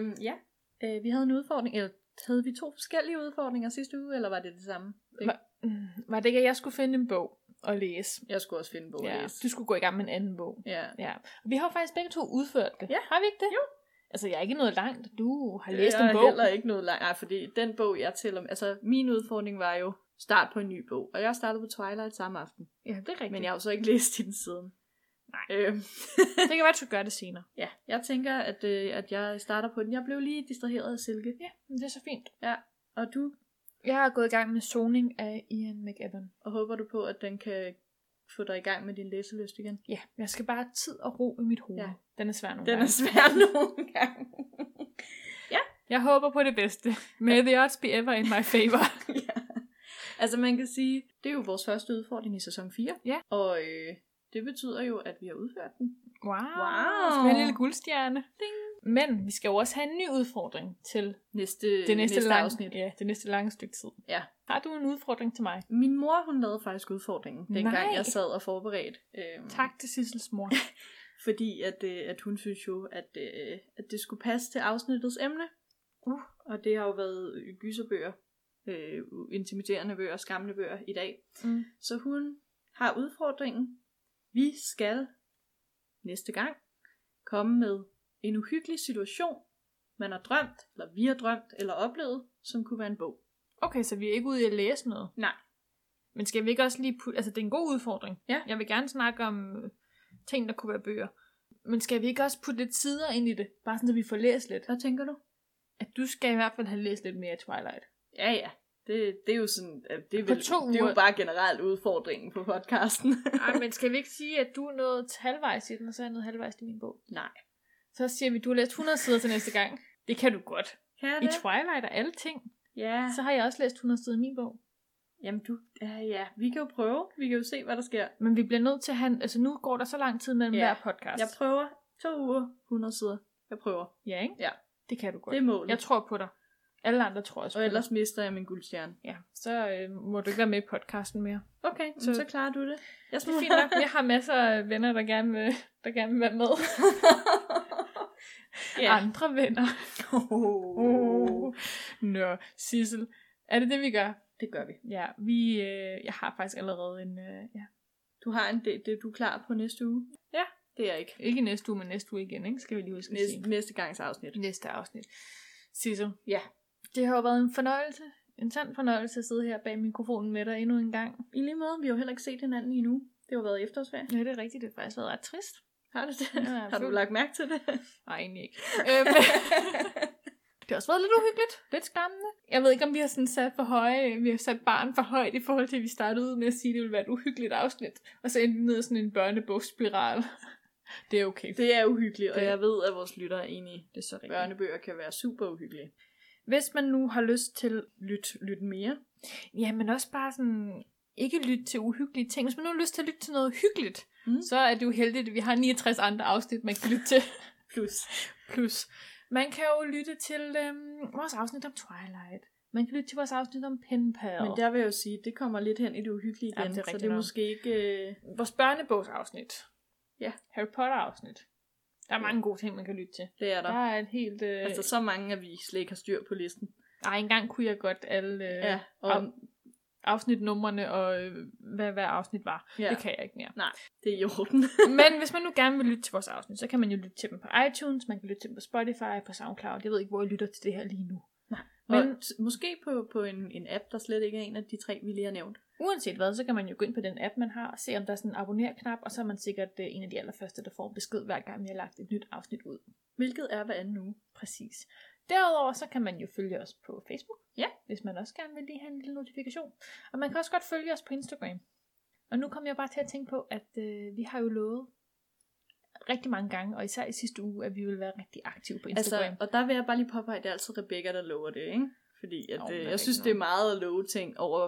Vi havde en udfordring, eller havde vi 2 forskellige udfordringer sidste uge, eller var det det samme? Var det ikke, at jeg skulle finde en bog at læse? Jeg skulle også finde en bog at læse. Du skulle gå i gang med en anden bog. Ja. Og vi har jo faktisk begge 2 udført det. Ja. Har vi ikke det? Jo. Altså, jeg er ikke noget langt. Du har læst en bog. Jeg er heller ikke noget langt. Nej, fordi den bog, jeg tæller... Altså, min udfordring var jo start på en ny bog. Og jeg startede på Twilight samme aften. Ja, det er rigtigt. Men jeg har jo så ikke læst den siden. Nej. Det kan være, at du gør det senere. Ja, jeg tænker, at jeg starter på den. Jeg blev lige distraheret af Silke. Ja, men det er så fint. Ja, og du? Jeg har gået i gang med Soning af Ian McEwan. Og håber du på, at den kan få dig i gang med din læselyst igen. Ja, jeg skal bare have tid og ro i mit hoved. Ja. Den er svær nogle Den gange. er svær nogle gange. Jeg håber på det bedste. May the odds be ever in my favor. Ja. Altså man kan sige, det er jo vores første udfordring i sæson 4. Ja. Og det betyder jo, at vi har udført den. Wow. Wow. Skal vi have en lille guldstjerne. Ding. Men vi skal jo også have en ny udfordring til Det næste afsnit. Ja, det næste lange stykke tid. Ja. Har du en udfordring til mig? Min mor, hun lavede faktisk udfordringen, dengang Nej. jeg sad og forberedte. Tak til Sissels mor. Fordi at hun synes jo, at det skulle passe til afsnittets emne. Og det har jo været gyserbøger, intimiderende bøger, skræmmende bøger i dag. Mm. Så hun har udfordringen. Vi skal næste gang komme med en uhyggelig situation, man har drømt, eller vi har drømt, eller oplevet, som kunne være en bog. Okay, så vi er ikke ude i at læse noget? Nej. Men skal vi ikke også lige putte... Altså, det er en god udfordring. Ja. Jeg vil gerne snakke om ting, der kunne være bøger. Men skal vi ikke også putte lidt sider ind i det? Bare sådan, så vi får læst lidt. Hvad tænker du? At du skal i hvert fald have læst lidt mere Twilight. Ja. Det er jo sådan, det er, På 2 det er jo uger. bare generelt udfordringen på podcasten. Ej, men skal vi ikke sige, at du er nået halvvejs i den, og så er jeg nået halvvejs i min bog? Nej. Så siger vi, at du har læst 100 sider til næste gang. Det kan du godt. Kan I Twilight og alle ting. Ja. Så har jeg også læst 100 sider i min bog. Jamen ja, vi kan jo prøve. Vi kan jo se, hvad der sker. Men vi bliver nødt til at have... Altså nu går der så lang tid mellem hver podcast. Jeg prøver 2 uger, 100 sider. Jeg prøver. Ja, ikke? Ja. Det kan du godt. Det er målet. Jeg tror på dig. Alle andre tror også Og på ellers dig. mister jeg min guldstjerne. Ja, så må du ikke være med i podcasten mere. Okay, så klarer du det. Det er fint nok. Jeg har masser af venner, der gerne vil være med. Andre venner. Nå, Sissel. Er det vi gør? Det gør vi. Ja, jeg har faktisk allerede en... Du har du er klar på næste uge? Ja. Det er jeg ikke. Ikke næste uge, men næste uge igen, ikke? Skal vi lige huske at sige. Næste gangs afsnit. Næste afsnit. Sissel. Ja. Det har jo været en fornøjelse. En sand fornøjelse at sidde her bag mikrofonen med dig endnu en gang. I lige måde, vi har jo heller ikke set hinanden endnu. Det har jo været efterårsferie. Ja, det er rigtigt. Det har faktisk været ret trist. Har det det? Ja, har du lagt mærke til det? Nej, egentlig ikke. Det har også været lidt uhyggeligt. Lidt skræmmende. Jeg ved ikke, om vi har sådan sat barn for højt i forhold til, at vi startede ud med at sige, at det ville være et uhyggeligt afsnit. Og så endte vi ned i sådan en børnebogsspiral. Det er okay. Det er uhyggeligt, og jeg ved, at vores lyttere er enige. Det er så rigtigt. Børnebøger kan være super uhyggelige. Hvis man nu har lyst til Lyt mere. Ja, men også bare sådan, ikke lytte til uhyggelige ting. Hvis man nu har lyst til at lytte til noget hyggeligt, så er det jo heldigt, at vi har 69 andre afsnit, man kan lytte til. Plus. Man kan jo lytte til vores afsnit om Twilight. Man kan lytte til vores afsnit om Pen Pal. Men der vil jeg jo sige, det kommer lidt hen i det uhyggelige igen. Ja, så det er måske ikke... Vores børnebogsafsnit. Ja. Harry Potter afsnit. Der er mange gode ting, man kan lytte til. Det er der. Der er et helt... Altså så mange, at vi slet ikke har styr på listen. Ej, engang kunne jeg godt alle afsnitnumrene og hvad hver afsnit var. Ja. Det kan jeg ikke mere. Nej, det er i orden. Men hvis man nu gerne vil lytte til vores afsnit, så kan man jo lytte til dem på iTunes, man kan lytte til dem på Spotify, på SoundCloud. Jeg ved ikke, hvor I lytter til det her lige nu. Nej. Men måske på en app, der slet ikke er en af de 3, vi lige har nævnt. Uanset hvad, så kan man jo gå ind på den app, man har, og se om der er sådan en abonner-knap, og så er man sikkert en af de allerførste, der får en besked, hver gang vi har lagt et nyt afsnit ud. Hvilket er hver anden uge. Præcis. Derudover så kan man jo følge os på Facebook, ja, hvis man også gerne vil lige have en lille notifikation. Og man kan også godt følge os på Instagram. Og nu kommer jeg bare til at tænke på, at vi har jo lovet rigtig mange gange, og især i sidste uge, at vi vil være rigtig aktive på Instagram. Altså, og der vil jeg bare lige påpege, at det er altid Rebecca, der lover det, ikke? Fordi at, jeg synes, det er meget at love ting over...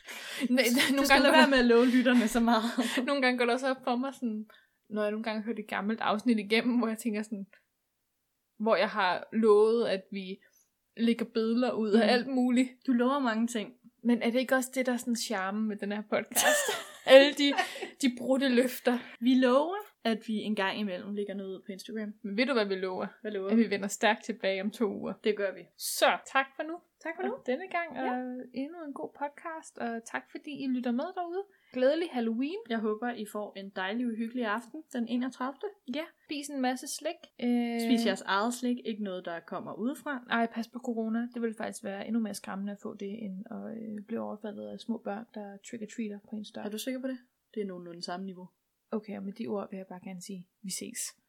nogle gange lade være med at love lytterne så meget. Nogle gange går det også op for mig, sådan, når jeg nogle gange hører et gammelt afsnit igennem, hvor jeg tænker sådan, hvor jeg har lovet, at vi lægger billeder ud af alt muligt. Du lover mange ting. Men er det ikke også det, der er sådan charme med den her podcast? Alle de brudte løfter. Vi lover, at vi en gang imellem lægger noget ud på Instagram. Men ved du, hvad vi lover? Hvad lover at vi vender stærkt tilbage om 2 uger. Det gør vi. Så, tak for nu. Tak for nu. Denne gang er endnu en god podcast, og tak fordi I lytter med derude. Glædelig Halloween. Jeg håber, I får en dejlig, uhyggelig aften den 31. Ja, spis en masse slik. Spis jeres eget slik, ikke noget, der kommer udefra. Ej, pas på corona. Det vil faktisk være endnu mere skræmmende at få det, end at blive overfaldet af små børn, der trick-or-treater på en større. Er du sikker på det? Det er nogenlunde samme niveau. Okay, og med de ord vil jeg bare gerne sige, vi ses.